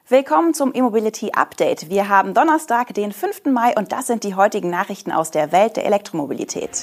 Willkommen zum E-Mobility Update. Wir haben Donnerstag, den 5. Mai und das sind die heutigen Nachrichten aus der Welt der Elektromobilität.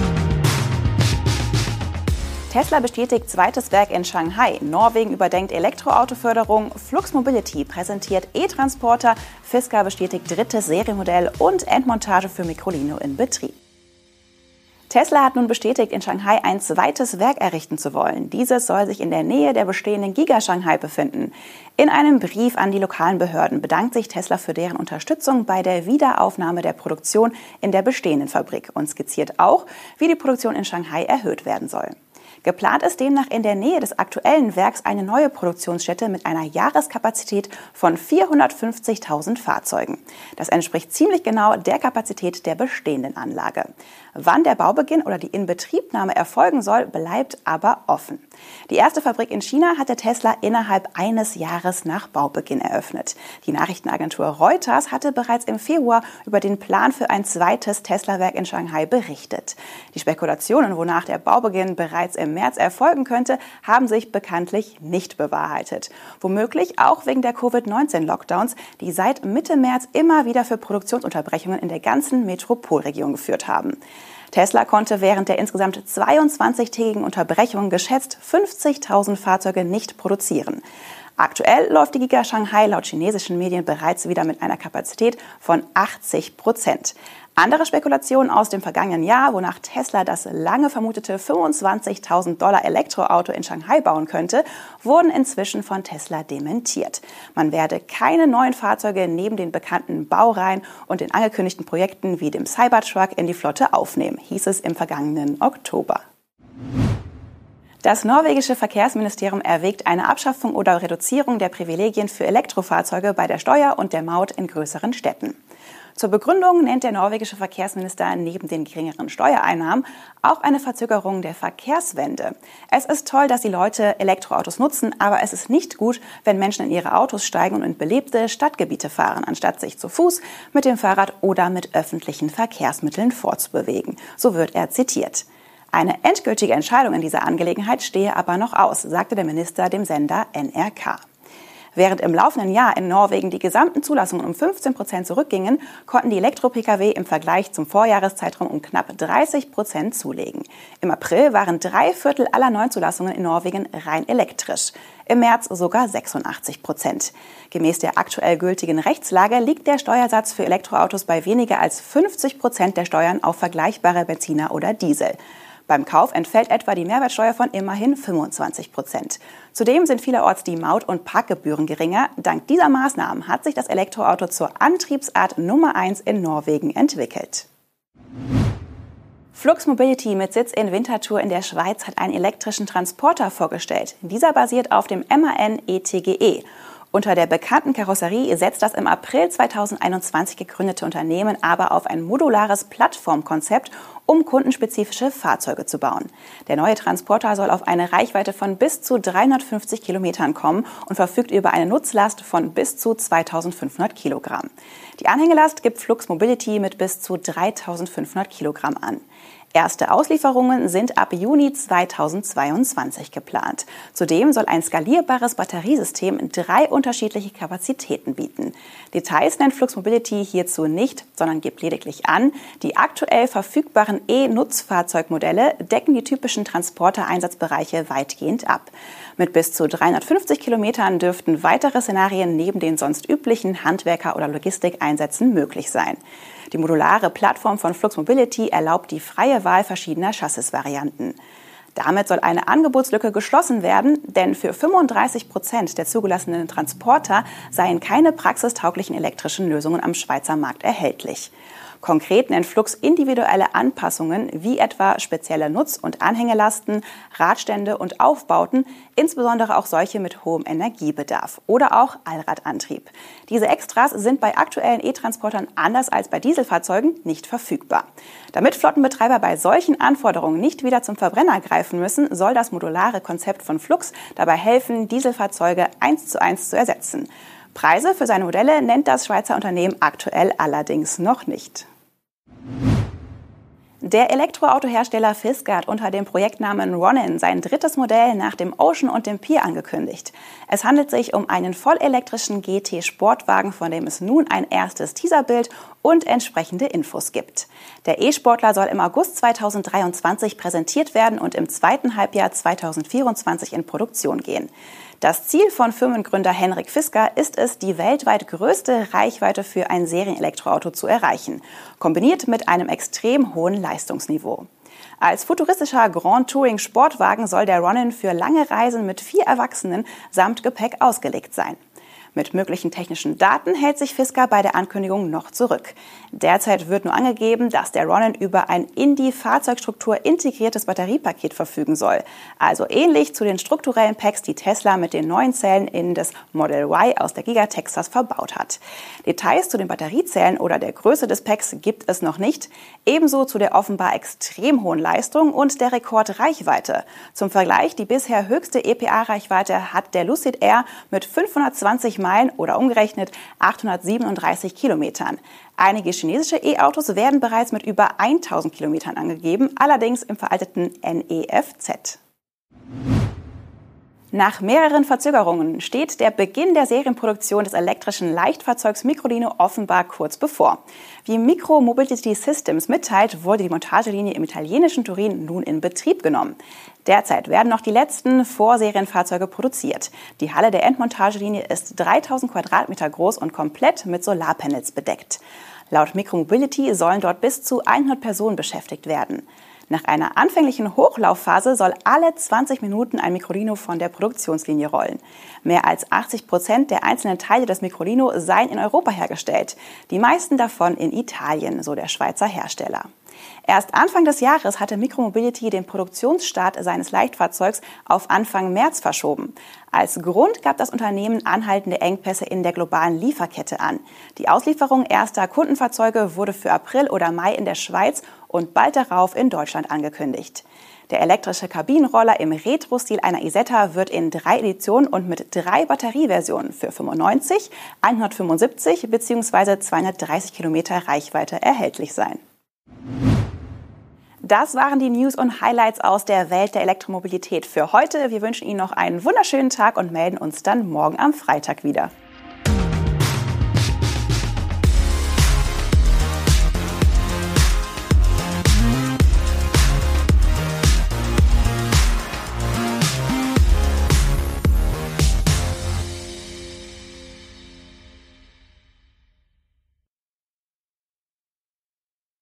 Tesla bestätigt zweites Werk in Shanghai. Norwegen überdenkt Elektroautoförderung. Flux Mobility präsentiert E-Transporter. Fisker bestätigt drittes Serienmodell und Endmontage für Microlino in Betrieb. Tesla hat nun bestätigt, in Shanghai ein zweites Werk errichten zu wollen. Dieses soll sich in der Nähe der bestehenden Giga Shanghai befinden. In einem Brief an die lokalen Behörden bedankt sich Tesla für deren Unterstützung bei der Wiederaufnahme der Produktion in der bestehenden Fabrik und skizziert auch, wie die Produktion in Shanghai erhöht werden soll. Geplant ist demnach in der Nähe des aktuellen Werks eine neue Produktionsstätte mit einer Jahreskapazität von 450.000 Fahrzeugen. Das entspricht ziemlich genau der Kapazität der bestehenden Anlage. Wann der Baubeginn oder die Inbetriebnahme erfolgen soll, bleibt aber offen. Die erste Fabrik in China hatte Tesla innerhalb eines Jahres nach Baubeginn eröffnet. Die Nachrichtenagentur Reuters hatte bereits im Februar über den Plan für ein zweites Tesla-Werk in Shanghai berichtet. Die Spekulationen, wonach der Baubeginn bereits im März erfolgen könnte, haben sich bekanntlich nicht bewahrheitet. Womöglich auch wegen der Covid-19-Lockdowns, die seit Mitte März immer wieder für Produktionsunterbrechungen in der ganzen Metropolregion geführt haben. Tesla konnte während der insgesamt 22-tägigen Unterbrechung geschätzt 50.000 Fahrzeuge nicht produzieren. Aktuell läuft die Giga Shanghai laut chinesischen Medien bereits wieder mit einer Kapazität von 80%. Andere Spekulationen aus dem vergangenen Jahr, wonach Tesla das lange vermutete $25.000 Elektroauto in Shanghai bauen könnte, wurden inzwischen von Tesla dementiert. Man werde keine neuen Fahrzeuge neben den bekannten Baureihen und den angekündigten Projekten wie dem Cybertruck in die Flotte aufnehmen, hieß es im vergangenen Oktober. Das norwegische Verkehrsministerium erwägt eine Abschaffung oder Reduzierung der Privilegien für Elektrofahrzeuge bei der Steuer und der Maut in größeren Städten. Zur Begründung nennt der norwegische Verkehrsminister neben den geringeren Steuereinnahmen auch eine Verzögerung der Verkehrswende. Es ist toll, dass die Leute Elektroautos nutzen, aber es ist nicht gut, wenn Menschen in ihre Autos steigen und in belebte Stadtgebiete fahren, anstatt sich zu Fuß, mit dem Fahrrad oder mit öffentlichen Verkehrsmitteln fortzubewegen. So wird er zitiert. Eine endgültige Entscheidung in dieser Angelegenheit stehe aber noch aus, sagte der Minister dem Sender NRK. Während im laufenden Jahr in Norwegen die gesamten Zulassungen um 15% zurückgingen, konnten die Elektro-Pkw im Vergleich zum Vorjahreszeitraum um knapp 30% zulegen. Im April waren 3/4 aller Neuzulassungen in Norwegen rein elektrisch. Im März sogar 86%. Gemäß der aktuell gültigen Rechtslage liegt der Steuersatz für Elektroautos bei weniger als 50% der Steuern auf vergleichbare Benziner oder Diesel. Beim Kauf entfällt etwa die Mehrwertsteuer von immerhin 25%. Zudem sind vielerorts die Maut- und Parkgebühren geringer. Dank dieser Maßnahmen hat sich das Elektroauto zur Antriebsart Nummer 1 in Norwegen entwickelt. Flux Mobility mit Sitz in Winterthur in der Schweiz hat einen elektrischen Transporter vorgestellt. Dieser basiert auf dem MAN E-TGE. Unter der bekannten Karosserie setzt das im April 2021 gegründete Unternehmen aber auf ein modulares Plattformkonzept, um kundenspezifische Fahrzeuge zu bauen. Der neue Transporter soll auf eine Reichweite von bis zu 350 Kilometern kommen und verfügt über eine Nutzlast von bis zu 2.500 Kilogramm. Die Anhängelast gibt Flux Mobility mit bis zu 3.500 Kilogramm an. Erste Auslieferungen sind ab Juni 2022 geplant. Zudem soll ein skalierbares Batteriesystem 3 unterschiedliche Kapazitäten bieten. Details nennt Flux Mobility hierzu nicht, sondern gibt lediglich an, die aktuell verfügbaren E-Nutzfahrzeugmodelle decken die typischen Transporter-Einsatzbereiche weitgehend ab. Mit bis zu 350 Kilometern dürften weitere Szenarien neben den sonst üblichen Handwerker- oder Logistikeinsätzen möglich sein. Die modulare Plattform von Flux Mobility erlaubt die freie Wahl verschiedener Chassisvarianten. Damit soll eine Angebotslücke geschlossen werden, denn für 35% der zugelassenen Transporter seien keine praxistauglichen elektrischen Lösungen am Schweizer Markt erhältlich. Konkret nennt Flux individuelle Anpassungen wie etwa spezielle Nutz- und Anhängelasten, Radstände und Aufbauten, insbesondere auch solche mit hohem Energiebedarf oder auch Allradantrieb. Diese Extras sind bei aktuellen E-Transportern anders als bei Dieselfahrzeugen nicht verfügbar. Damit Flottenbetreiber bei solchen Anforderungen nicht wieder zum Verbrenner greifen müssen, soll das modulare Konzept von Flux dabei helfen, Dieselfahrzeuge 1:1 zu ersetzen. Preise für seine Modelle nennt das Schweizer Unternehmen aktuell allerdings noch nicht. Der Elektroautohersteller Fisker hat unter dem Projektnamen Ronin sein drittes Modell nach dem Ocean und dem Pier angekündigt. Es handelt sich um einen vollelektrischen GT-Sportwagen, von dem es nun ein erstes Teaserbild und entsprechende Infos gibt. Der E-Sportler soll im August 2023 präsentiert werden und im zweiten Halbjahr 2024 in Produktion gehen. Das Ziel von Firmengründer Henrik Fisker ist es, die weltweit größte Reichweite für ein Serienelektroauto zu erreichen, kombiniert mit einem extrem hohen Leistungsniveau. Als futuristischer Grand Touring Sportwagen soll der Ronin für lange Reisen mit 4 Erwachsenen samt Gepäck ausgelegt sein. Mit möglichen technischen Daten hält sich Fisker bei der Ankündigung noch zurück. Derzeit wird nur angegeben, dass der Ronin über ein in die Fahrzeugstruktur integriertes Batteriepaket verfügen soll. Also ähnlich zu den strukturellen Packs, die Tesla mit den neuen Zellen in das Model Y aus der Giga Texas verbaut hat. Details zu den Batteriezellen oder der Größe des Packs gibt es noch nicht. Ebenso zu der offenbar extrem hohen Leistung und der Rekordreichweite. Zum Vergleich, die bisher höchste EPA-Reichweite hat der Lucid Air mit 520 Meilen oder umgerechnet 837 Kilometern. Einige chinesische E-Autos werden bereits mit über 1000 Kilometern angegeben, allerdings im veralteten NEFZ. Nach mehreren Verzögerungen steht der Beginn der Serienproduktion des elektrischen Leichtfahrzeugs Microlino offenbar kurz bevor. Wie Micro Mobility Systems mitteilt, wurde die Montagelinie im italienischen Turin nun in Betrieb genommen. Derzeit werden noch die letzten Vorserienfahrzeuge produziert. Die Halle der Endmontagelinie ist 3000 Quadratmeter groß und komplett mit Solarpanels bedeckt. Laut Micro Mobility sollen dort bis zu 100 Personen beschäftigt werden. Nach einer anfänglichen Hochlaufphase soll alle 20 Minuten ein Microlino von der Produktionslinie rollen. Mehr als 80% der einzelnen Teile des Microlino seien in Europa hergestellt. Die meisten davon in Italien, so der Schweizer Hersteller. Erst Anfang des Jahres hatte Micro Mobility den Produktionsstart seines Leichtfahrzeugs auf Anfang März verschoben. Als Grund gab das Unternehmen anhaltende Engpässe in der globalen Lieferkette an. Die Auslieferung erster Kundenfahrzeuge wurde für April oder Mai in der Schweiz und bald darauf in Deutschland angekündigt. Der elektrische Kabinenroller im Retro-Stil einer Isetta wird in 3 Editionen und mit 3 Batterieversionen für 95, 175 bzw. 230 Kilometer Reichweite erhältlich sein. Das waren die News und Highlights aus der Welt der Elektromobilität für heute. Wir wünschen Ihnen noch einen wunderschönen Tag und melden uns dann morgen am Freitag wieder.